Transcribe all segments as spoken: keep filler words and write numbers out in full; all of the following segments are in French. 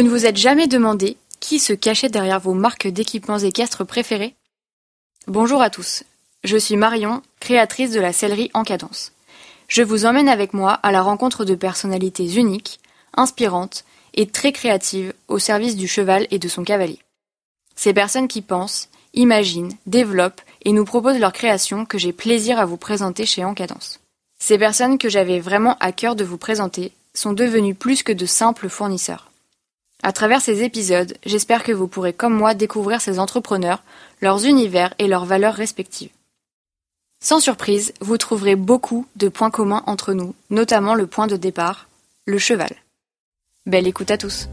Vous ne vous êtes jamais demandé qui se cachait derrière vos marques d'équipements équestres préférées ? Bonjour à tous, je suis Marion, créatrice de la sellerie En Cadence. Je vous emmène avec moi à la rencontre de personnalités uniques, inspirantes et très créatives au service du cheval et de son cavalier. Ces personnes qui pensent, imaginent, développent et nous proposent leurs créations que j'ai plaisir à vous présenter chez En Cadence. Ces personnes que j'avais vraiment à cœur de vous présenter sont devenues plus que de simples fournisseurs. À travers ces épisodes, j'espère que vous pourrez comme moi découvrir ces entrepreneurs, leurs univers et leurs valeurs respectives. Sans surprise, vous trouverez beaucoup de points communs entre nous, notamment le point de départ, le cheval. Belle écoute à tous.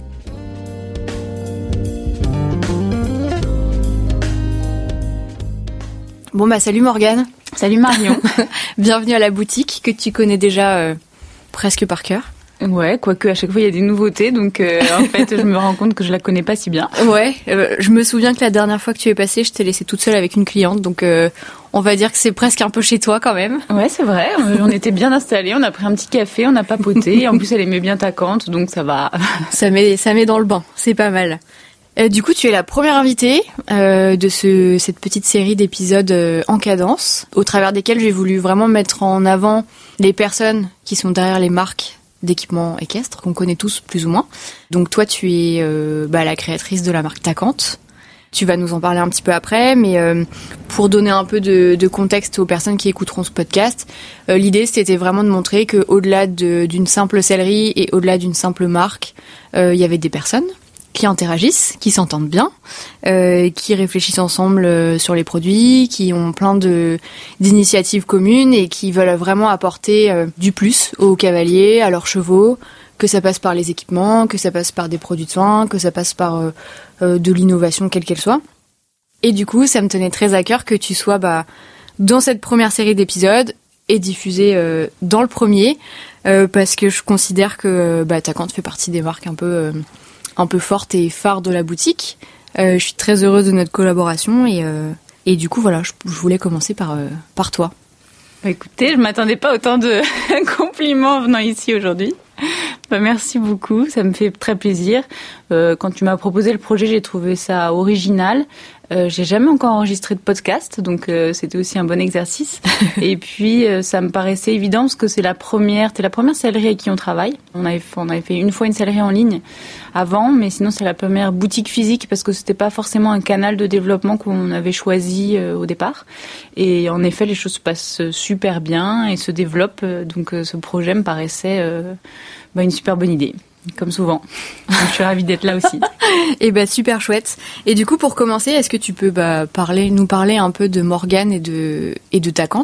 Bon bah salut Morgane. Salut Marion. Bienvenue à la boutique que tu connais déjà euh, presque par cœur. Ouais, quoique à chaque fois il y a des nouveautés, donc euh, en fait je me rends compte que je la connais pas si bien. Ouais, euh, je me souviens que la dernière fois que tu es passée, je t'ai laissée toute seule avec une cliente, donc euh, on va dire que c'est presque un peu chez toi quand même. Ouais, c'est vrai, on était bien installés, on a pris un petit café, on a papoté, et en plus elle aimait bien ta cante, donc ça va. Ça met, ça met dans le bain, c'est pas mal. Euh, du coup, tu es la première invitée euh, de ce, cette petite série d'épisodes euh, en cadence, au travers desquels j'ai voulu vraiment mettre en avant les personnes qui sont derrière les marques d'équipements équestres qu'on connaît tous plus ou moins. Donc toi, tu es euh, bah, la créatrice de la marque Tacante. Tu vas nous en parler un petit peu après, mais euh, pour donner un peu de, de contexte aux personnes qui écouteront ce podcast, euh, l'idée c'était vraiment de montrer que au-delà de, d'une simple sellerie et au-delà d'une simple marque, euh, il y avait des personnes qui interagissent, qui s'entendent bien, euh, qui réfléchissent ensemble euh, sur les produits, qui ont plein de d'initiatives communes et qui veulent vraiment apporter euh, du plus aux cavaliers, à leurs chevaux, que ça passe par les équipements, que ça passe par des produits de soins, que ça passe par euh, euh, de l'innovation quelle qu'elle soit. Et du coup, ça me tenait très à cœur que tu sois bah, dans cette première série d'épisodes et diffusée euh, dans le premier, euh, parce que je considère que bah, Tacante fait partie des marques un peu... Euh, un peu forte et phare de la boutique. Euh, je suis très heureuse de notre collaboration et, euh, et du coup, voilà, je, je voulais commencer par, euh, par toi. Bah, écoutez, je m'attendais pas à autant de compliments en venant ici aujourd'hui. Bah, merci beaucoup, ça me fait très plaisir. Euh, quand tu m'as proposé le projet, j'ai trouvé ça original. Euh, j'ai jamais encore enregistré de podcast, donc euh, c'était aussi un bon exercice. Et puis euh, ça me paraissait évident parce que c'est la première, t'es la première sellerie avec qui on travaille. On avait, on avait fait une fois une sellerie en ligne avant, mais sinon c'est la première boutique physique parce que c'était pas forcément un canal de développement qu'on avait choisi euh, au départ. Et en effet, les choses se passent super bien et se développent. Donc euh, ce projet me paraissait euh, bah, une super bonne idée. Comme souvent. Donc, je suis ravie d'être là aussi. Et bah super chouette. Et du coup, pour commencer, est-ce que tu peux bah, parler, nous parler un peu de Morgane et de et de Tacante ?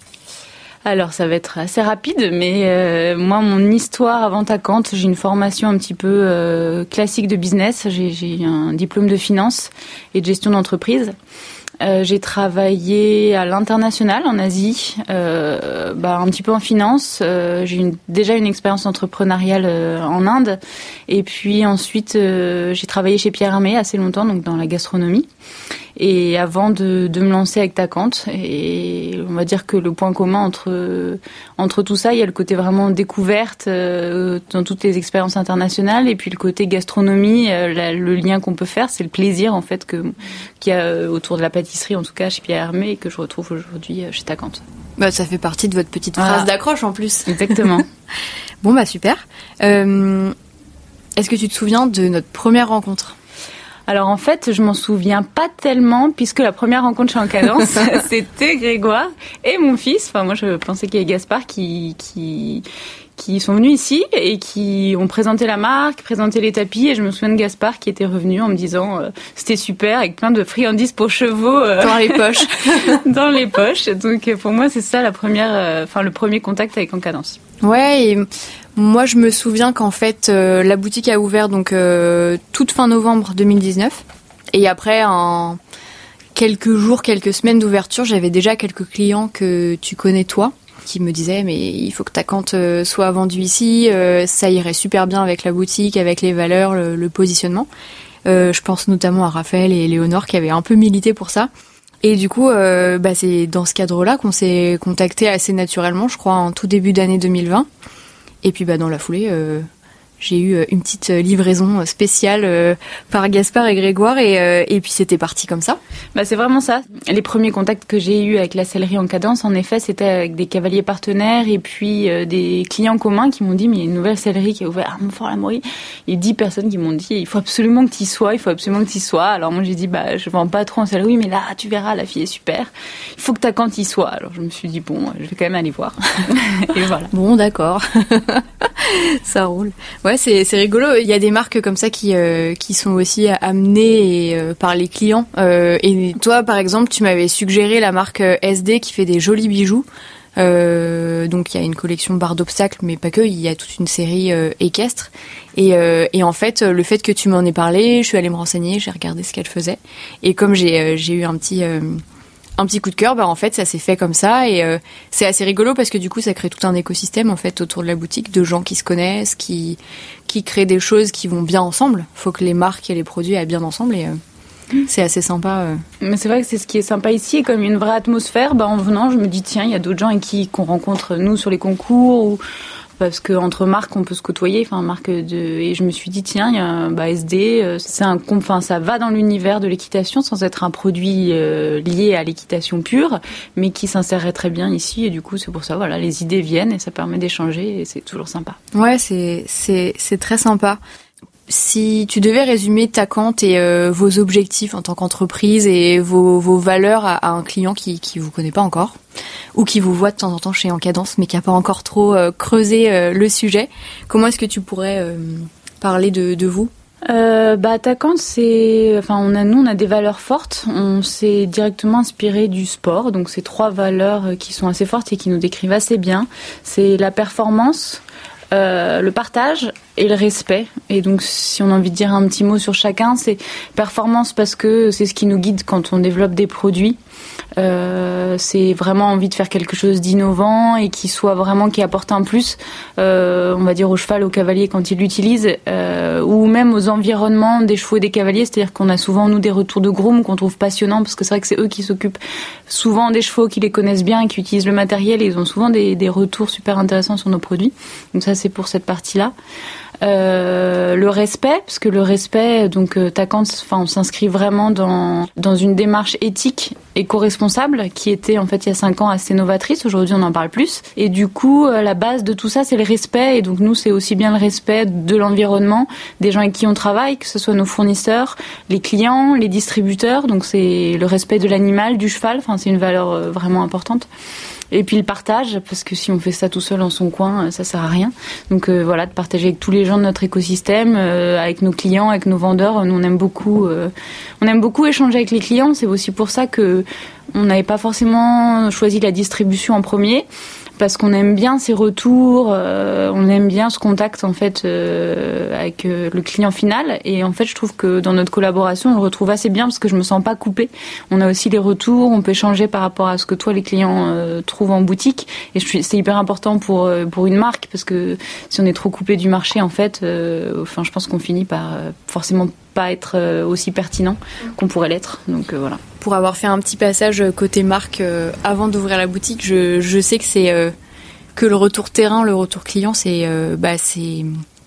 Alors, ça va être assez rapide, mais euh, moi, mon histoire avant Tacante, j'ai une formation un petit peu euh, classique de business. J'ai, j'ai un diplôme de finance et de gestion d'entreprise. Euh, j'ai travaillé à l'international, en Asie, euh, bah, un petit peu en finance. Euh, j'ai une, déjà une expérience entrepreneuriale euh, en Inde. Et puis ensuite, euh, j'ai travaillé chez Pierre Hermé assez longtemps, donc dans la gastronomie. Et avant de, de me lancer avec Tacante, et on va dire que le point commun entre entre tout ça, il y a le côté vraiment découverte euh, dans toutes les expériences internationales, et puis le côté gastronomie, euh, la, le lien qu'on peut faire, c'est le plaisir en fait que qu'il y a autour de la pâtisserie, en tout cas chez Pierre Hermé, et que je retrouve aujourd'hui chez Tacante. Bah ça fait partie de votre petite phrase ah. d'accroche en plus. Exactement. Bon bah super. Euh, est-ce que tu te souviens de notre première rencontre ? Alors en fait, je m'en souviens pas tellement puisque la première rencontre chez En Cadence, c'était Grégoire et mon fils. Enfin moi je pensais qu'il y avait Gaspard qui qui qui sont venus ici et qui ont présenté la marque, présenté les tapis, et je me souviens de Gaspard qui était revenu en me disant euh, c'était super avec plein de friandises pour chevaux euh, dans les poches. dans les poches. Donc pour moi c'est ça la première enfin euh, le premier contact avec En Cadence. Ouais, et moi je me souviens qu'en fait euh, la boutique a ouvert donc euh, toute fin novembre deux mille dix-neuf, et après en quelques jours, quelques semaines d'ouverture, j'avais déjà quelques clients que tu connais toi qui me disaient mais il faut que Tacante euh, soit vendue ici, euh, ça irait super bien avec la boutique, avec les valeurs, le, le positionnement. Euh, je pense notamment à Raphaël et Léonore qui avaient un peu milité pour ça. Et du coup, euh, bah, c'est dans ce cadre-là qu'on s'est contacté assez naturellement, je crois, en tout début d'année deux mille vingt. Et puis, bah, dans la foulée, euh, j'ai eu une petite livraison spéciale euh, par Gaspard et Grégoire et, euh, et puis c'était parti comme ça. Bah c'est vraiment ça. Les premiers contacts que j'ai eus avec la sellerie en cadence, en effet, c'était avec des cavaliers partenaires et puis euh, des clients communs qui m'ont dit mais il y a une nouvelle sellerie qui est ouverte à Montfort-l'Amaury. Il y a dix personnes qui m'ont dit il faut absolument que tu y sois, il faut absolument que tu y sois. Alors moi j'ai dit bah je vends pas trop en sellerie, mais là tu verras, la fille est super. Il faut que ta quand y sois. Alors je me suis dit bon, je vais quand même aller voir. Et voilà. Bon d'accord. Ça roule. Ouais, c'est c'est rigolo. Il y a des marques comme ça qui euh, qui sont aussi amenées et, euh, par les clients. Euh, et toi, par exemple, tu m'avais suggéré la marque S D qui fait des jolis bijoux. Euh, donc il y a une collection barre d'obstacles, mais pas que. Il y a toute une série euh, équestre. Et, euh, et en fait, le fait que tu m'en aies parlé, je suis allée me renseigner, j'ai regardé ce qu'elle faisait. Et comme j'ai euh, j'ai eu un petit euh, un petit coup de cœur, bah en fait ça s'est fait comme ça et euh, c'est assez rigolo parce que du coup ça crée tout un écosystème en fait autour de la boutique de gens qui se connaissent, qui qui créent des choses qui vont bien ensemble. Faut que les marques et les produits aillent bien ensemble et euh, c'est assez sympa. Euh. Mais c'est vrai que c'est ce qui est sympa ici et comme il y a une vraie atmosphère, bah en venant je me dis tiens il y a d'autres gens avec qui qu'on rencontre nous sur les concours ou parce que entre marques on peut se côtoyer, enfin marque de et je me suis dit tiens il y a bah S D c'est un enfin ça va dans l'univers de l'équitation sans être un produit euh, lié à l'équitation pure mais qui s'insérerait très bien ici et du coup c'est pour ça voilà les idées viennent et ça permet d'échanger et c'est toujours sympa. Ouais, c'est c'est c'est très sympa. Si tu devais résumer Tacant et euh, vos objectifs en tant qu'entreprise et vos, vos valeurs à, à un client qui qui vous connaît pas encore ou qui vous voit de temps en temps chez En Cadence mais qui a pas encore trop euh, creusé euh, le sujet, comment est-ce que tu pourrais euh, parler de, de vous ? Euh, bah Tacant c'est enfin on a nous on a des valeurs fortes, on s'est directement inspiré du sport donc c'est trois valeurs qui sont assez fortes et qui nous décrivent assez bien, c'est la performance, Euh, le partage et le respect. Et donc, si on a envie de dire un petit mot sur chacun, c'est performance parce que c'est ce qui nous guide quand on développe des produits. Euh, c'est vraiment envie de faire quelque chose d'innovant et qui soit vraiment qui apporte un plus, euh, on va dire au cheval, au cavalier quand il l'utilise, euh, ou même aux environnements des chevaux et des cavaliers. C'est-à-dire qu'on a souvent nous des retours de groom qu'on trouve passionnants parce que c'est vrai que c'est eux qui s'occupent souvent des chevaux, qui les connaissent bien et qui utilisent le matériel et ils ont souvent des, des retours super intéressants sur nos produits. Donc ça c'est pour cette partie-là. Euh, le respect, parce que le respect, donc Tacant, enfin on s'inscrit vraiment dans dans une démarche éthique, éco-responsable, qui était en fait il y a cinq ans assez novatrice. Aujourd'hui on en parle plus. Et du coup la base de tout ça c'est le respect. Et donc nous c'est aussi bien le respect de l'environnement, des gens avec qui on travaille, que ce soit nos fournisseurs, les clients, les distributeurs. Donc c'est le respect de l'animal, du cheval. Enfin c'est une valeur vraiment importante. Et puis le partage, parce que si on fait ça tout seul en son coin, ça sert à rien. Donc euh, voilà, de partager avec tous les gens de notre écosystème, euh, avec nos clients, avec nos vendeurs. Nous on aime beaucoup, euh, on aime beaucoup échanger avec les clients. C'est aussi pour ça que on n'avait pas forcément choisi la distribution en premier. Parce qu'on aime bien ces retours, euh, on aime bien ce contact en fait euh, avec euh, le client final. Et en fait, je trouve que dans notre collaboration, on le retrouve assez bien parce que je me sens pas coupée. On a aussi les retours, on peut échanger par rapport à ce que toi les clients euh, trouvent en boutique. Et je suis, c'est hyper important pour euh, pour une marque parce que si on est trop coupé du marché, en fait, euh, enfin, je pense qu'on finit par euh, forcément pas être euh, aussi pertinent qu'on pourrait l'être. Donc euh, voilà. Pour avoir fait un petit passage côté marque euh, avant d'ouvrir la boutique, je, je sais que c'est euh, que le retour terrain, le retour client, c'est euh, bah c'est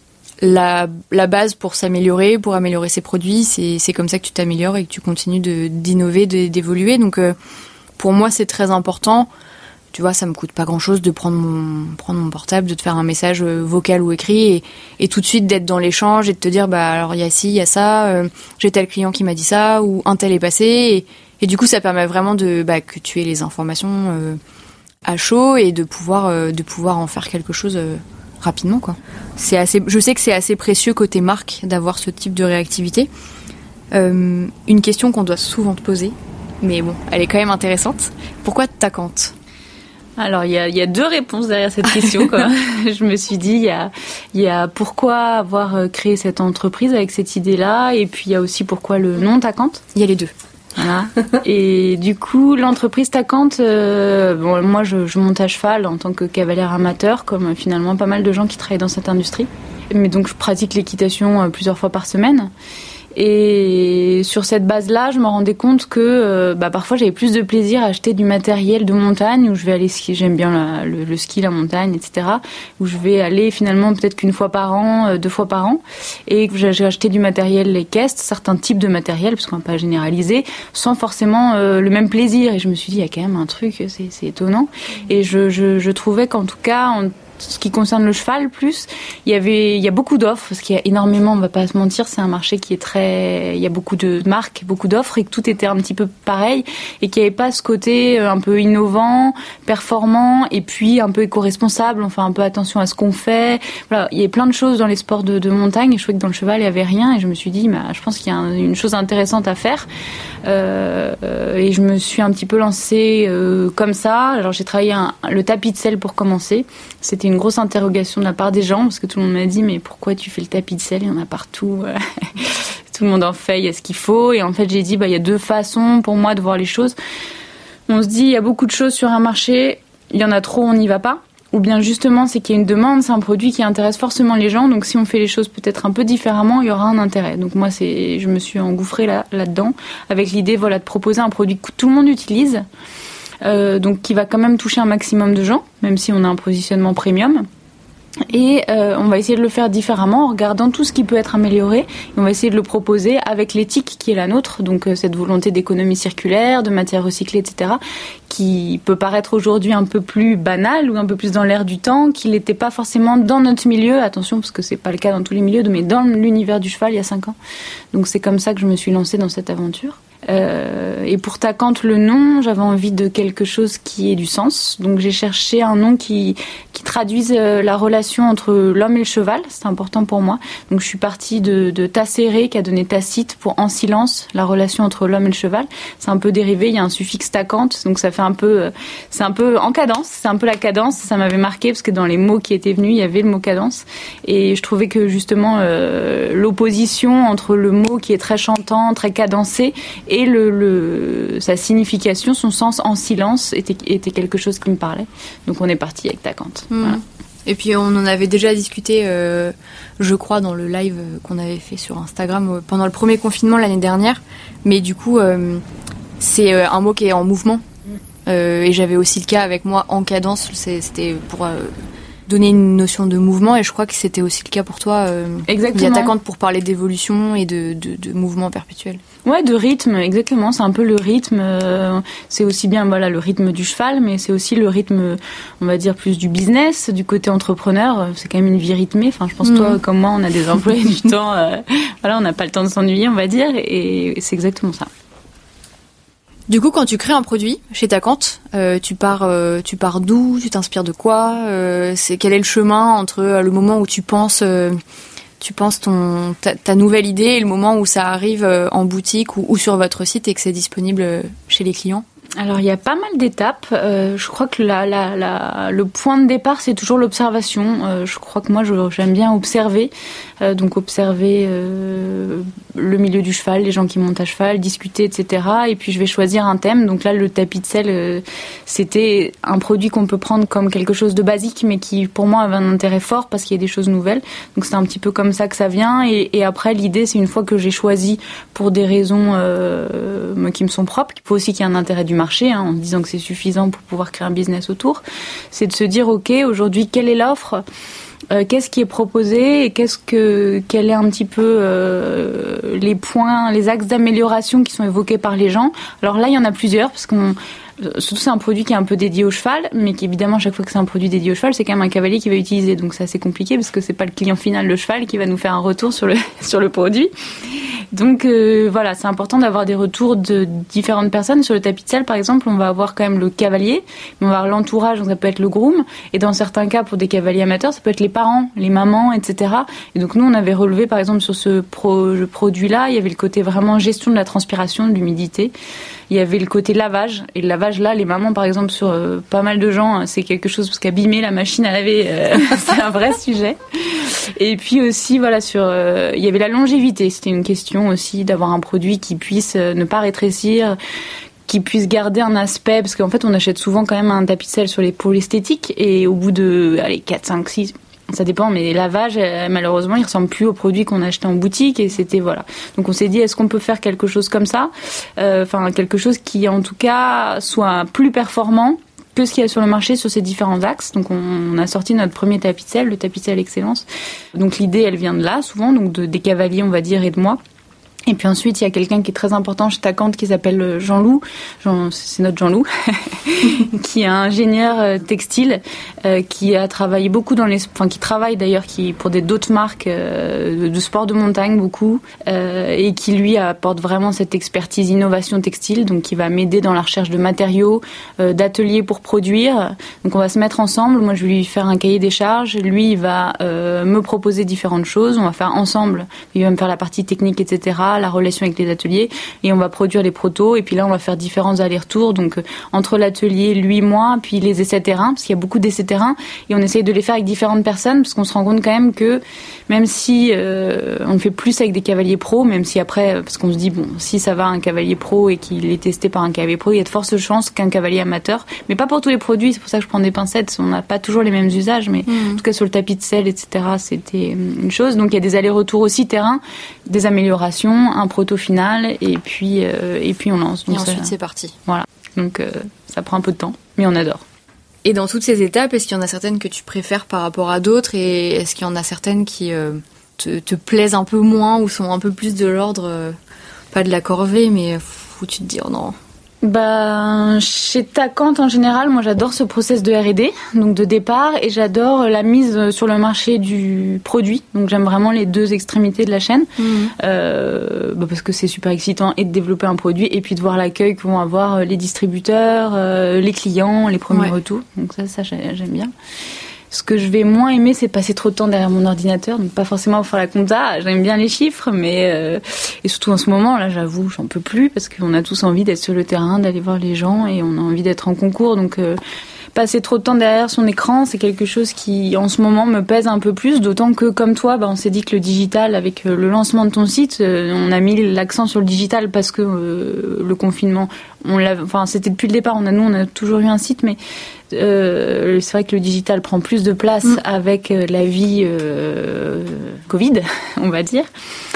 la la base pour s'améliorer, pour améliorer ses produits. C'est c'est comme ça que tu t'améliores et que tu continues de d'innover, de, d'évoluer. Donc euh, pour moi c'est très important. Tu vois, ça me coûte pas grand-chose de prendre mon prendre mon portable, de te faire un message vocal ou écrit et, et tout de suite d'être dans l'échange et de te dire bah alors il y a ci, il y a ça, euh, j'ai tel client qui m'a dit ça ou un tel est passé et, et du coup ça permet vraiment de bah que tu aies les informations euh, à chaud et de pouvoir euh, de pouvoir en faire quelque chose euh, rapidement quoi. C'est assez, je sais que c'est assez précieux côté marque d'avoir ce type de réactivité. Euh, une question qu'on doit souvent te poser, mais bon, elle est quand même intéressante. Pourquoi Tacant ? Alors il y a, il y a deux réponses derrière cette question quoi. Je me suis dit il y a il y a pourquoi avoir créé cette entreprise avec cette idée-là et puis il y a aussi pourquoi le nom Tacant. Il y a les deux. Voilà. Et du coup l'entreprise Tacant, euh, bon moi je, je monte à cheval en tant que cavalière amateur comme finalement pas mal de gens qui travaillent dans cette industrie. Mais donc je pratique l'équitation plusieurs fois par semaine. Et sur cette base-là, je me rendais compte que euh, bah, parfois j'avais plus de plaisir à acheter du matériel de montagne où je vais aller skier. J'aime bien la, le, le ski, la montagne, et cetera. Où je vais aller finalement peut-être qu'une fois par an, euh, deux fois par an. Et que j'ai, j'ai acheté du matériel équestre, certains types de matériel, parce qu'on va pas généraliser, sans forcément euh, le même plaisir. Et je me suis dit, il y a quand même un truc, c'est, c'est étonnant. Et je, je, je trouvais qu'en tout cas, en ce qui concerne le cheval plus, il y avait, il y a beaucoup d'offres, parce qu'il y a énormément, on va pas se mentir, c'est un marché qui est très, il y a beaucoup de marques, beaucoup d'offres, et que tout était un petit peu pareil, et qu'il n'y avait pas ce côté un peu innovant, performant, et puis un peu éco-responsable, enfin un peu attention à ce qu'on fait. Voilà, il y a plein de choses dans les sports de, de montagne, et je trouvais que dans le cheval, il y avait rien, et je me suis dit, bah, je pense qu'il y a un, une chose intéressante à faire, euh, et je me suis un petit peu lancée euh, comme ça. Alors j'ai travaillé un, le tapis de selle pour commencer. C'était une grosse interrogation de la part des gens, parce que tout le monde m'a dit, mais pourquoi tu fais le tapis de selle ? Il y en a partout. Tout le monde en fait, il y a ce qu'il faut. Et en fait, j'ai dit, bah, il y a deux façons pour moi de voir les choses. On se dit, il y a beaucoup de choses sur un marché, il y en a trop, on n'y va pas. Ou bien justement, c'est qu'il y a une demande, c'est un produit qui intéresse forcément les gens. Donc si on fait les choses peut-être un peu différemment, il y aura un intérêt. Donc moi, c'est, je me suis engouffrée là, là-dedans, avec l'idée voilà, de proposer un produit que tout le monde utilise. Euh, donc qui va quand même toucher un maximum de gens, même si on a un positionnement premium. Et euh, on va essayer de le faire différemment en regardant tout ce qui peut être amélioré. Et on va essayer de le proposer avec l'éthique qui est la nôtre, donc euh, cette volonté d'économie circulaire, de matières recyclées, et cetera, qui peut paraître aujourd'hui un peu plus banale ou un peu plus dans l'air du temps, qu'il n'était pas forcément dans notre milieu. Attention, parce que c'est pas le cas dans tous les milieux, mais dans l'univers du cheval il y a cinq ans. Donc c'est comme ça que je me suis lancée dans cette aventure. Euh, et pour Tacante, le nom, j'avais envie de quelque chose qui ait du sens. Donc j'ai cherché un nom qui, qui traduise euh, la relation entre l'homme et le cheval. C'est important pour moi. Donc je suis partie de, de Tacere, qui a donné Tacite, pour en silence, la relation entre l'homme et le cheval. C'est un peu dérivé, il y a un suffixe Tacante, donc ça fait un peu, euh, c'est un peu en cadence, c'est un peu la cadence. Ça m'avait marqué parce que dans les mots qui étaient venus, il y avait le mot cadence. Et je trouvais que justement euh, l'opposition entre le mot qui est très chantant, très cadencé, et le, le, sa signification, son sens en silence était, était quelque chose qui me parlait. Donc on est parti avec Tacante. Mmh. Voilà. Et puis on en avait déjà discuté, euh, je crois, dans le live qu'on avait fait sur Instagram pendant le premier confinement l'année dernière. Mais du coup, euh, c'est un mot qui est en mouvement. Euh, et j'avais aussi le cas avec moi en cadence. C'est, c'était pour... Euh, donner une notion de mouvement, et je crois que c'était aussi le cas pour toi euh, via Tacante, pour parler d'évolution et de, de, de mouvement perpétuel. Ouais, de rythme, exactement, c'est un peu le rythme, euh, c'est aussi bien voilà, le rythme du cheval, mais c'est aussi le rythme, on va dire, plus du business, du côté entrepreneur. C'est quand même une vie rythmée, enfin je pense mmh. toi comme moi, on a des emplois du temps, euh, voilà, on n'a pas le temps de s'ennuyer, on va dire, et c'est exactement ça. Du coup, quand tu crées un produit chez Tacante, euh, tu pars, euh, tu pars d'où ? Tu t'inspires de quoi ? euh, C'est quel est le chemin entre le moment où tu penses, euh, tu penses ton ta, ta nouvelle idée et le moment où ça arrive euh, en boutique ou, ou sur votre site et que c'est disponible chez les clients ? Alors il y a pas mal d'étapes. Euh, je crois que la, la, la, le point de départ c'est toujours l'observation. Euh, je crois que moi je, j'aime bien observer, euh, donc observer euh, le milieu du cheval, les gens qui montent à cheval, discuter, et cetera. Et puis je vais choisir un thème. Donc là le tapis de selle, euh, c'était un produit qu'on peut prendre comme quelque chose de basique, mais qui pour moi avait un intérêt fort parce qu'il y a des choses nouvelles. Donc c'est un petit peu comme ça que ça vient. Et, et après l'idée c'est une fois que j'ai choisi pour des raisons euh, qui me sont propres, qu'il faut aussi qu'il y ait un intérêt du marché. Marché, hein, en disant que c'est suffisant pour pouvoir créer un business autour, c'est de se dire ok, aujourd'hui quelle est l'offre, euh, qu'est-ce qui est proposé et qu'est-ce que quel est un petit peu euh, les points, les axes d'amélioration qui sont évoqués par les gens. Alors là il y en a plusieurs parce qu'on surtout c'est un produit qui est un peu dédié au cheval, mais qui évidemment chaque fois que c'est un produit dédié au cheval, c'est quand même un cavalier qui va utiliser, donc c'est assez compliqué parce que c'est pas le client final, le cheval, qui va nous faire un retour sur le sur le produit. Donc euh, voilà, c'est important d'avoir des retours de différentes personnes. Sur le tapis de selle, par exemple, on va avoir quand même le cavalier, mais on va avoir l'entourage, donc ça peut être le groom, et dans certains cas, pour des cavaliers amateurs, ça peut être les parents, les mamans, et cetera. Et donc nous, on avait relevé, par exemple, sur ce pro- produit-là, il y avait le côté vraiment gestion de la transpiration, de l'humidité. Il y avait le côté lavage, et le lavage là, les mamans par exemple, sur euh, pas mal de gens, c'est quelque chose, parce qu'abîmer la machine à laver, euh, c'est un vrai sujet. Et puis aussi voilà, sur euh, il y avait la longévité, c'était une question aussi d'avoir un produit qui puisse euh, ne pas rétrécir, qui puisse garder un aspect, parce qu'en fait on achète souvent quand même un tapis de selle sur les pôles esthétiques, et au bout de allez quatre, cinq, six Ça dépend, mais lavage, malheureusement, il ressemble plus aux produits qu'on achetait en boutique et c'était voilà. Donc on s'est dit, est-ce qu'on peut faire quelque chose comme ça, enfin euh, quelque chose qui en tout cas soit plus performant que ce qu'il y a sur le marché sur ces différents axes. Donc on, on a sorti notre premier tapis de selle, le tapis de selle Excellence. Donc l'idée, elle vient de là souvent, donc de, des cavaliers, on va dire, et de moi. Et puis ensuite, il y a quelqu'un qui est très important chez Tacante qui s'appelle Jean-Loup. Jean, c'est notre Jean-Loup, qui est ingénieur textile, euh, qui a travaillé beaucoup dans les, enfin qui travaille d'ailleurs, qui pour des d'autres marques euh, de sport de montagne beaucoup, euh, et qui lui apporte vraiment cette expertise innovation textile, donc qui va m'aider dans la recherche de matériaux, euh, d'ateliers pour produire. Donc on va se mettre ensemble. Moi, je vais lui faire un cahier des charges. Lui, il va euh, me proposer différentes choses. On va faire ensemble. Il va me faire la partie technique, et cetera, la relation avec les ateliers, et on va produire les protos, et puis là on va faire différents allers-retours, donc euh, entre l'atelier, lui, moi, puis les essais terrain, parce qu'il y a beaucoup d'essais terrain, et on essaye de les faire avec différentes personnes, parce qu'on se rend compte quand même que même si euh, on fait plus avec des cavaliers pros, même si après, parce qu'on se dit, bon, si ça va un cavalier pro et qu'il est testé par un cavalier pro, il y a de fortes chances qu'un cavalier amateur, mais pas pour tous les produits, c'est pour ça que je prends des pincettes, on n'a pas toujours les mêmes usages, mais mmh. en tout cas sur le tapis de selle, et cetera, c'était une chose, donc il y a des allers-retours aussi terrain, des améliorations, un proto final, et puis euh, et puis on lance. Donc et ensuite ça, c'est parti. Voilà. Donc euh, ça prend un peu de temps, mais on adore. Et dans toutes ces étapes, est-ce qu'il y en a certaines que tu préfères par rapport à d'autres, et est-ce qu'il y en a certaines qui euh, te, te plaisent un peu moins ou sont un peu plus de l'ordre, euh, pas de la corvée, mais où tu te dis oh non. Bah, chez Tacante en général, moi j'adore ce process de R et D, donc de départ, et j'adore la mise sur le marché du produit. Donc j'aime vraiment les deux extrémités de la chaîne, mmh. euh, bah parce que c'est super excitant et de développer un produit et puis de voir l'accueil que vont avoir les distributeurs, euh, les clients, les premiers ouais. retours. Donc ça, ça j'aime bien. Ce que je vais moins aimer, c'est passer trop de temps derrière mon ordinateur, donc pas forcément faire la compta. J'aime bien les chiffres, mais euh, et surtout en ce moment, là, j'avoue, j'en peux plus parce qu'on a tous envie d'être sur le terrain, d'aller voir les gens, et on a envie d'être en concours. Donc euh, passer trop de temps derrière son écran, c'est quelque chose qui, en ce moment, me pèse un peu plus. D'autant que, comme toi, bah, on s'est dit que le digital, avec le lancement de ton site, euh, on a mis l'accent sur le digital parce que euh, le confinement, on l'a, enfin, c'était depuis le départ. On a, nous, on a toujours eu un site, mais Euh, c'est vrai que le digital prend plus de place mmh. avec la vie euh, Covid, on va dire.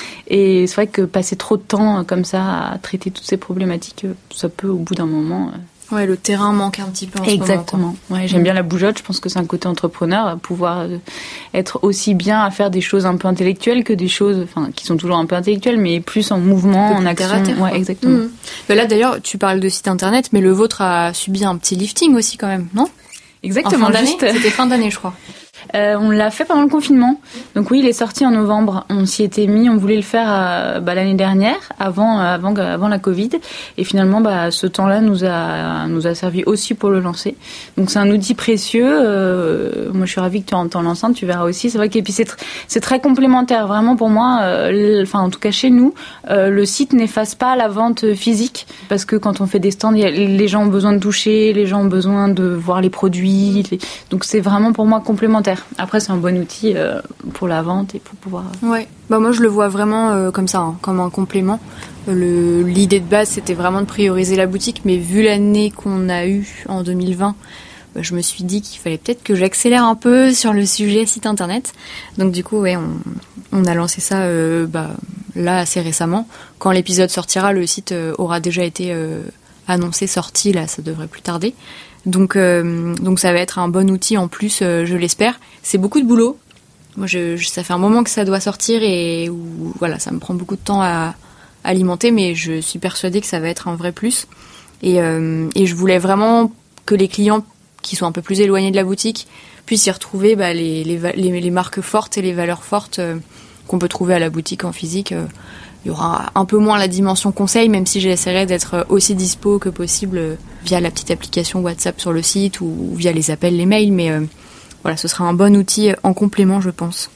Et c'est vrai que passer trop de temps comme ça à traiter toutes ces problématiques, ça peut, au bout d'un moment... Ouais, le terrain manque un petit peu en Exactement. ce moment. Ouais, j'aime bien la bougeotte. Je pense que c'est un côté entrepreneur, pouvoir être aussi bien à faire des choses un peu intellectuelles que des choses, enfin, qui sont toujours un peu intellectuelles, mais plus en mouvement, en action. Terre à terre, ouais, exactement. Mmh. Ben là, d'ailleurs, tu parles de site internet, mais le vôtre a subi un petit lifting aussi, quand même, non ? Exactement. En fin d'année, juste... c'était fin d'année, je crois. Euh, on l'a fait pendant le confinement. Donc oui, il est sorti en novembre. On s'y était mis, on voulait le faire euh, bah, l'année dernière, avant, euh, avant, avant la Covid. Et finalement, bah, ce temps-là nous a, nous a servi aussi pour le lancer. Donc c'est un outil précieux. Euh, moi, je suis ravie que tu en t'en l'enceinte, tu verras aussi. C'est vrai que et puis c'est, tr- c'est très complémentaire. Vraiment, pour moi, euh, enfin en tout cas chez nous, euh, le site n'efface pas la vente physique. Parce que quand on fait des stands, y a, les gens ont besoin de toucher, les gens ont besoin de voir les produits. Les... Donc c'est vraiment pour moi complémentaire. Après, c'est un bon outil euh, pour la vente et pour pouvoir... Ouais, bah moi je le vois vraiment euh, comme ça, hein, comme un complément. Le, l'idée de base, c'était vraiment de prioriser la boutique, mais vu l'année qu'on a eue en deux mille vingt, bah, je me suis dit qu'il fallait peut-être que j'accélère un peu sur le sujet site internet. Donc du coup, ouais, on, on a lancé ça euh, bah, là assez récemment. Quand l'épisode sortira, le site euh, aura déjà été euh, annoncé, sorti, là ça devrait plus tarder. Donc, euh, donc ça va être un bon outil en plus, euh, je l'espère. C'est beaucoup de boulot. Moi, je, je, ça fait un moment que ça doit sortir et où, voilà, ça me prend beaucoup de temps à, à alimenter, mais je suis persuadée que ça va être un vrai plus. Et, euh, et je voulais vraiment que les clients qui sont un peu plus éloignés de la boutique puissent y retrouver bah, les, les, les, les marques fortes et les valeurs fortes euh, qu'on peut trouver à la boutique en physique. Euh, Il y aura un peu moins la dimension conseil, même si j'essaierai d'être aussi dispo que possible via la petite application WhatsApp sur le site ou via les appels, les mails. Mais euh, voilà, ce sera un bon outil en complément, je pense.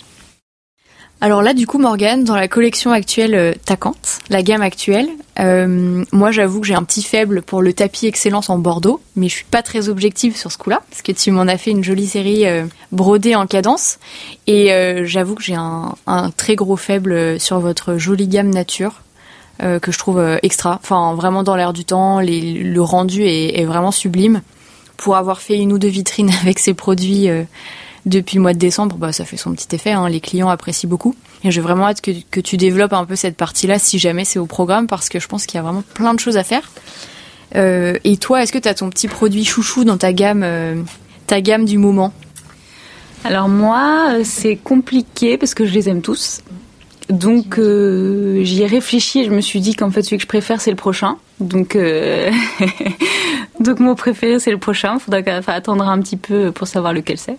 Alors là, du coup, Morgane, dans la collection actuelle euh, Tacante, la gamme actuelle, euh, moi, j'avoue que j'ai un petit faible pour le tapis Excellence en Bordeaux, mais je suis pas très objective sur ce coup-là, parce que tu m'en as fait une jolie série euh, brodée en cadence, et euh, j'avoue que j'ai un, un très gros faible sur votre jolie gamme nature, euh, que je trouve euh, extra, enfin vraiment dans l'air du temps, les, le rendu est, est vraiment sublime. Pour avoir fait une ou deux vitrines avec ces produits... Euh, depuis le mois de décembre, bah, ça fait son petit effet, hein, les clients apprécient beaucoup. Et j'ai vraiment hâte que, que tu développes un peu cette partie-là si jamais c'est au programme, parce que je pense qu'il y a vraiment plein de choses à faire. Euh, et toi, est-ce que tu as ton petit produit chouchou dans ta gamme, euh, ta gamme du moment ? Alors moi, c'est compliqué parce que je les aime tous. Donc euh, j'y ai réfléchi et je me suis dit qu'en fait celui que je préfère c'est le prochain. Donc euh... donc mon préféré c'est le prochain. Faudra enfin, attendre un petit peu pour savoir lequel c'est.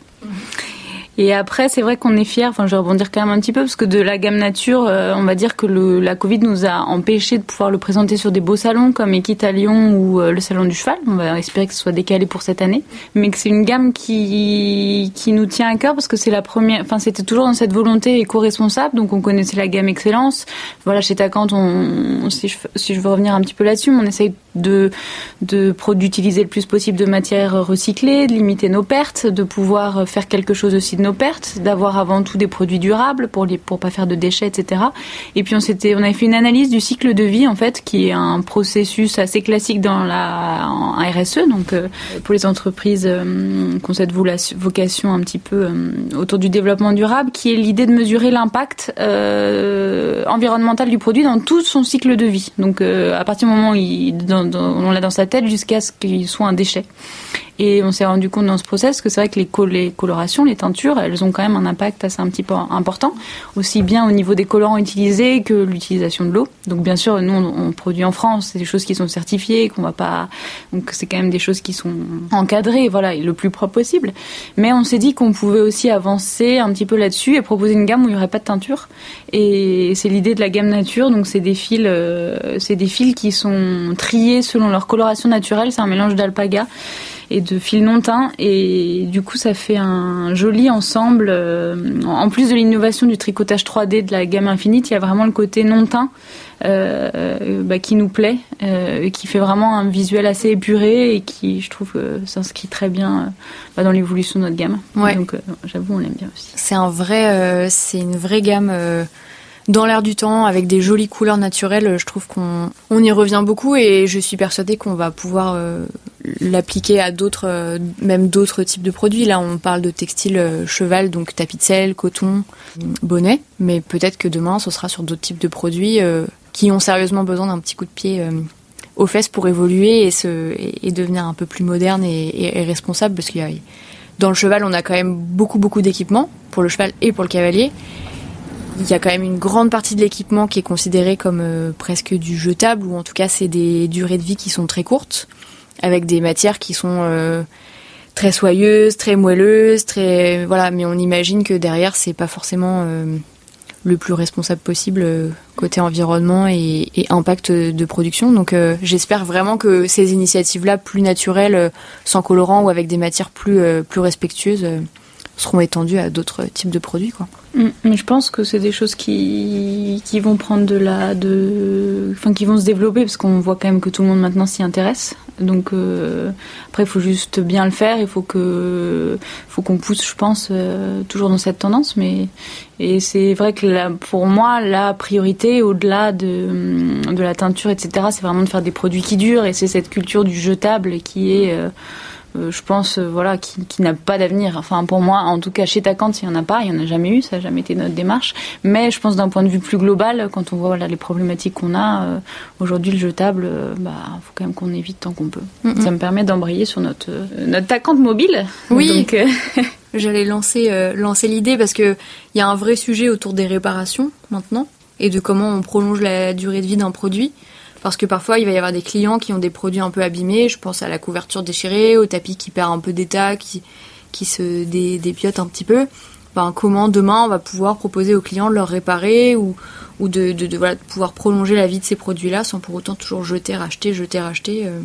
Et après, c'est vrai qu'on est fiers, enfin je vais rebondir quand même un petit peu, parce que de la gamme nature, euh, on va dire que le, la Covid nous a empêché de pouvoir le présenter sur des beaux salons comme Equite à Lyon ou euh, le Salon du Cheval. On va espérer que ce soit décalé pour cette année. Mais que c'est une gamme qui, qui nous tient à cœur, parce que c'est la première, enfin c'était toujours dans cette volonté éco-responsable, donc on connaissait la gamme Excellence. Voilà, chez Tacante, on, si je, si je veux revenir un petit peu là-dessus, on essaye de, de, d'utiliser le plus possible de matières recyclées, de limiter nos pertes, de pouvoir faire quelque chose aussi de nos pertes, d'avoir avant tout des produits durables pour les pour pas faire de déchets, et cetera. Et puis on s'était on avait fait une analyse du cycle de vie en fait, qui est un processus assez classique dans la en R S E, donc euh, pour les entreprises euh, qui ont cette vocation un petit peu euh, autour du développement durable, qui est l'idée de mesurer l'impact euh, environnemental du produit dans tout son cycle de vie. Donc euh, à partir du moment où il, dans, dans, on l'a dans sa tête jusqu'à ce qu'il soit un déchet. Et on s'est rendu compte dans ce process que c'est vrai que les, col- les colorations, les teintures, elles ont quand même un impact assez un petit peu important, aussi bien au niveau des colorants utilisés que l'utilisation de l'eau. Donc bien sûr, nous on, on produit en France, c'est des choses qui sont certifiées, qu'on va pas, donc c'est quand même des choses qui sont encadrées, voilà, et le plus propre possible. Mais on s'est dit qu'on pouvait aussi avancer un petit peu là-dessus et proposer une gamme où il y aurait pas de teinture. Et c'est l'idée de la gamme nature, donc c'est des fils, euh, c'est des fils qui sont triés selon leur coloration naturelle. C'est un mélange d'alpaga et de fils non teints, et du coup ça fait un joli ensemble. Euh, en plus de l'innovation du tricotage trois D de la gamme Infinite, il y a vraiment le côté non teint euh, bah, qui nous plaît, euh, qui fait vraiment un visuel assez épuré et qui, je trouve, euh, s'inscrit très bien euh, bah, dans l'évolution de notre gamme. Ouais. Donc euh, j'avoue, on l'aime bien aussi. C'est un vrai, euh, c'est une vraie gamme. Euh... dans l'air du temps, avec des jolies couleurs naturelles. Je trouve qu'on on y revient beaucoup, et je suis persuadée qu'on va pouvoir euh, l'appliquer à d'autres, euh, même d'autres types de produits. Là, on parle de textile euh, cheval, donc tapis de selle, coton, bonnet, mais peut-être que demain, ce sera sur d'autres types de produits euh, qui ont sérieusement besoin d'un petit coup de pied euh, aux fesses pour évoluer et, se, et, et devenir un peu plus moderne et, et, et responsable, parce qu'il y a, dans le cheval, on a quand même beaucoup, beaucoup d'équipements, pour le cheval et pour le cavalier. Il y a quand même une grande partie de l'équipement qui est considérée comme euh, presque du jetable, ou en tout cas c'est des durées de vie qui sont très courtes, avec des matières qui sont euh, très soyeuses, très moelleuses, très voilà. Mais on imagine que derrière c'est pas forcément euh, le plus responsable possible euh, côté environnement et, et impact de production. Donc euh, j'espère vraiment que ces initiatives-là, plus naturelles, euh, sans colorant ou avec des matières plus euh, plus respectueuses, euh, seront étendues à d'autres types de produits, quoi. Mais je pense que c'est des choses qui, qui vont prendre de la, de, enfin, qui vont se développer, parce qu'on voit quand même que tout le monde maintenant s'y intéresse. Donc, euh, après, il faut juste bien le faire. Il faut que, faut qu'on pousse, je pense, euh, toujours dans cette tendance. Mais, et c'est vrai que là, pour moi, la priorité, au-delà de, de la teinture, et cetera, c'est vraiment de faire des produits qui durent. Et c'est cette culture du jetable qui est, euh, Euh, je pense, euh, voilà, qui, qui n'a pas d'avenir. Enfin, pour moi, en tout cas, chez Tacante, il n'y en a pas, il n'y en a jamais eu, ça n'a jamais été notre démarche. Mais je pense d'un point de vue plus global, quand on voit voilà, les problématiques qu'on a, euh, aujourd'hui, le jetable, euh, bah, faut quand même qu'on évite tant qu'on peut. Mm-hmm. Ça me permet d'embrayer sur notre, euh, notre Tacante mobile. Oui. Donc, euh... J'allais lancer, euh, lancer l'idée, parce qu'il y a un vrai sujet autour des réparations maintenant, et de comment on prolonge la durée de vie d'un produit. Parce que parfois, il va y avoir des clients qui ont des produits un peu abîmés. Je pense à la couverture déchirée, au tapis qui perd un peu d'état, qui, qui se dé, dépiote un petit peu. Ben, comment demain, on va pouvoir proposer aux clients de leur réparer, ou, ou de, de, de, voilà, de pouvoir prolonger la vie de ces produits-là sans pour autant toujours jeter, racheter, jeter, racheter. Euh.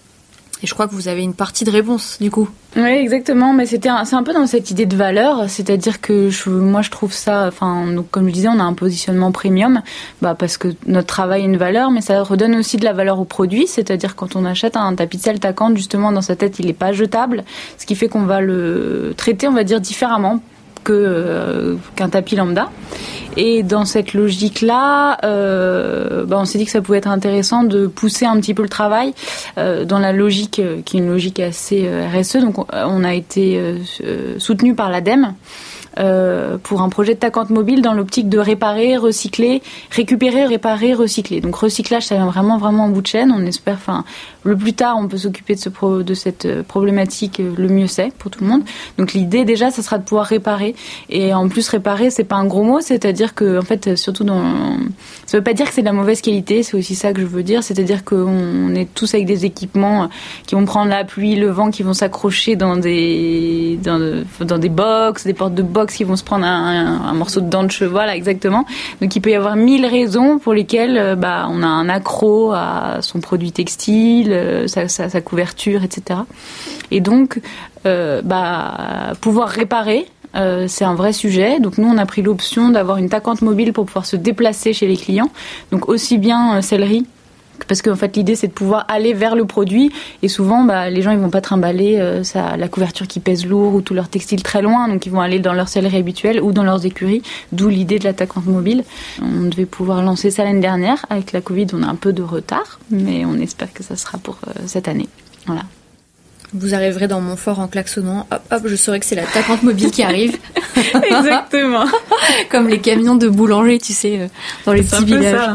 Et je crois que vous avez une partie de réponse, du coup. Oui, exactement. Mais c'était un, c'est un peu dans cette idée de valeur, c'est-à-dire que je, moi, je trouve ça. Enfin, donc, comme je disais, on a un positionnement premium, bah parce que notre travail a une valeur, mais ça redonne aussi de la valeur au produit. C'est-à-dire quand on achète un tapis de selle Tacante, justement, dans sa tête, il n'est pas jetable, ce qui fait qu'on va le traiter, on va dire, différemment que euh, qu'un tapis lambda. Et dans cette logique-là, euh, bah, on s'est dit que ça pouvait être intéressant de pousser un petit peu le travail euh, dans la logique euh, qui est une logique assez euh, R S E. Donc on, on a été euh, soutenu par l'ADEME. Euh, pour un projet de tacante mobile dans l'optique de réparer, recycler, récupérer, réparer, recycler. Donc recyclage, ça vient vraiment vraiment en bout de chaîne. On espère, enfin, le plus tard, on peut s'occuper de, ce pro, de cette problématique, le mieux c'est pour tout le monde. Donc l'idée déjà, ça sera de pouvoir réparer. Et en plus, réparer, c'est pas un gros mot, c'est-à-dire que, en fait, surtout dans, ça veut pas dire que c'est de la mauvaise qualité. C'est aussi ça que je veux dire, c'est-à-dire qu'on est tous avec des équipements qui vont prendre la pluie, le vent, qui vont s'accrocher dans des dans, dans des box, des portes de box qui vont se prendre un, un, un morceau de dent de cheval, là, exactement. Donc il peut y avoir mille raisons pour lesquelles bah, on a un accro à son produit textile, sa, sa, sa couverture, et cetera. Et donc, euh, bah, pouvoir réparer, euh, c'est un vrai sujet. Donc nous, on a pris l'option d'avoir une tacante mobile pour pouvoir se déplacer chez les clients. Donc aussi bien euh, sellerie, parce qu'en fait l'idée c'est de pouvoir aller vers le produit et souvent bah, les gens ils vont pas trimballer euh, ça, la couverture qui pèse lourd ou tout leur textile très loin, donc ils vont aller dans leur sellerie habituelle ou dans leurs écuries, d'où l'idée de la tacante mobile. On devait pouvoir lancer ça l'année dernière, avec la Covid on a un peu de retard, mais on espère que ça sera pour euh, cette année. Voilà. Vous arriverez dans Montfort en klaxonnant, hop hop, je saurai que c'est la tacante mobile qui arrive. Exactement. Comme les camions de boulanger, tu sais, dans les c'est petits villages.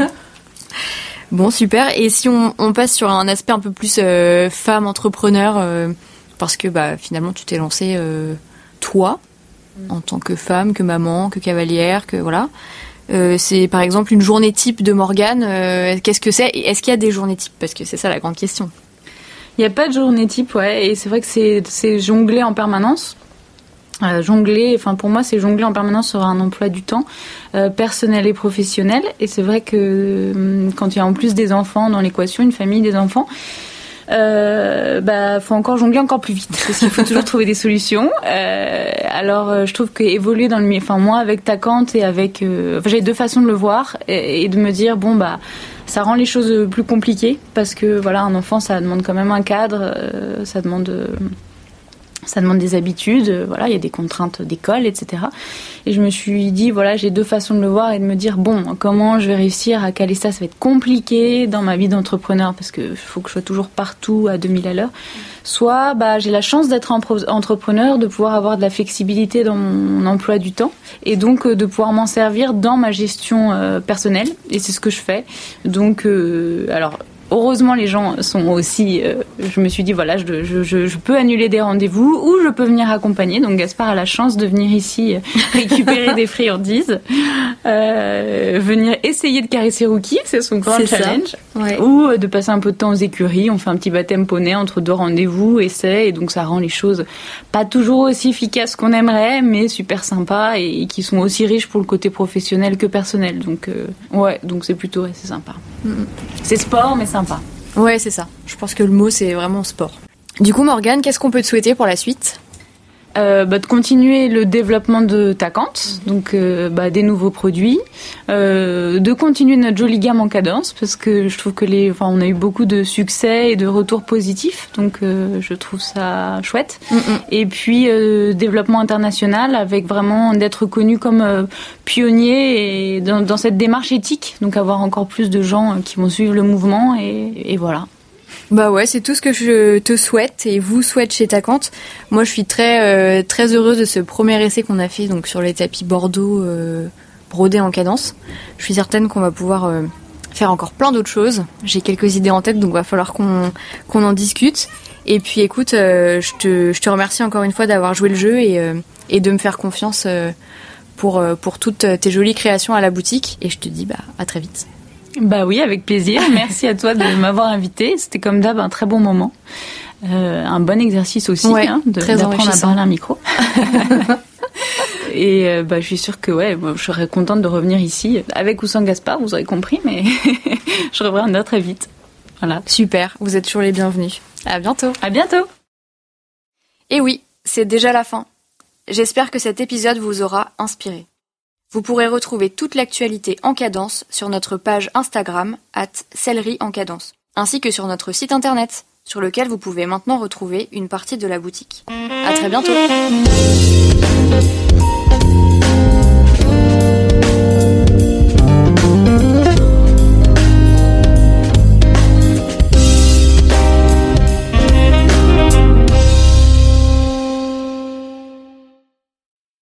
Bon, super. Et si on, on passe sur un aspect un peu plus euh, femme entrepreneur, euh, parce que bah finalement tu t'es lancée euh, toi, mmh. en tant que femme, que maman, que cavalière, que voilà. Euh, c'est par exemple une journée type de Morgane. Euh, qu'est-ce que c'est ? Et est-ce qu'il y a des journées types ? Parce que c'est ça la grande question. Il n'y a pas de journée type, ouais. Et c'est vrai que c'est, c'est jongler en permanence. Euh, jongler, enfin pour moi c'est jongler en permanence sur un emploi du temps euh, personnel et professionnel, et c'est vrai que euh, quand il y a en plus des enfants dans l'équation, une famille, des enfants, euh, bah faut encore jongler encore plus vite parce qu'il faut toujours trouver des solutions. Euh, alors euh, je trouve que évoluer dans le milieu, enfin moi avec Tacante et avec, euh, enfin, j'ai deux façons de le voir et, et de me dire bon bah ça rend les choses plus compliquées parce que voilà un enfant ça demande quand même un cadre, euh, ça demande euh, Ça demande des habitudes, voilà, il y a des contraintes d'école, et cetera. Et je me suis dit, voilà, j'ai deux façons de le voir et de me dire, bon, comment je vais réussir à caler ça ? Ça va être compliqué dans ma vie d'entrepreneur parce qu'il faut que je sois toujours partout à deux mille à l'heure. Soit, bah, j'ai la chance d'être entrepreneur, de pouvoir avoir de la flexibilité dans mon emploi du temps et donc de pouvoir m'en servir dans ma gestion euh, personnelle. Et c'est ce que je fais. Donc, euh, alors... Heureusement, les gens sont aussi... Euh, je me suis dit, voilà, je, je, je, je peux annuler des rendez-vous ou je peux venir accompagner. Donc, Gaspard a la chance de venir ici récupérer des friandises, euh, venir essayer de caresser Rookie, c'est son grand c'est challenge. Ouais. Ou de passer un peu de temps aux écuries. On fait un petit baptême poney entre deux rendez-vous, essais. Et donc, ça rend les choses pas toujours aussi efficaces qu'on aimerait, mais super sympa et, et qui sont aussi riches pour le côté professionnel que personnel. Donc, euh, ouais, donc c'est plutôt ouais, c'est sympa. Mm-hmm. C'est sport, mais c'est sympa. Ouais, c'est ça. Je pense que le mot, c'est vraiment sport. Du coup, Morgane, qu'est-ce qu'on peut te souhaiter pour la suite ? euh, bah, De continuer le développement de Tacante, mmh. donc euh, bah, des nouveaux produits, euh, de continuer notre jolie gamme en cadence, parce que je trouve que les, enfin, on a eu beaucoup de succès et de retours positifs, donc euh, je trouve ça chouette. Mmh. Et puis, euh, développement international, avec vraiment d'être connu comme euh, pionnier et dans, dans cette démarche éthique, donc avoir encore plus de gens qui vont suivre le mouvement, et, et voilà. Bah ouais, c'est tout ce que je te souhaite et vous souhaite chez Tacante. Moi, je suis très euh, très heureuse de ce premier essai qu'on a fait donc sur les tapis Bordeaux euh, brodés en cadence. Je suis certaine qu'on va pouvoir euh, faire encore plein d'autres choses. J'ai quelques idées en tête, donc va falloir qu'on qu'on en discute. Et puis, écoute, euh, je te je te remercie encore une fois d'avoir joué le jeu et euh, et de me faire confiance euh, pour euh, pour toutes tes jolies créations à la boutique. Et je te dis bah à très vite. Bah oui, avec plaisir. Merci à toi de m'avoir invitée. C'était comme d'hab un très bon moment. Euh, un bon exercice aussi, ouais, hein, de, d'apprendre à parler à un micro. Et euh, bah, je suis sûre que ouais, moi, je serais contente de revenir ici, avec ou sans Gaspard, vous aurez compris, mais je reviendrai très vite. Voilà. Super, vous êtes toujours les bienvenus. À bientôt. À bientôt. Et oui, c'est déjà la fin. J'espère que cet épisode vous aura inspiré. Vous pourrez retrouver toute l'actualité en cadence sur notre page Instagram arobase sellerie en cadence, ainsi que sur notre site internet, sur lequel vous pouvez maintenant retrouver une partie de la boutique. À très bientôt.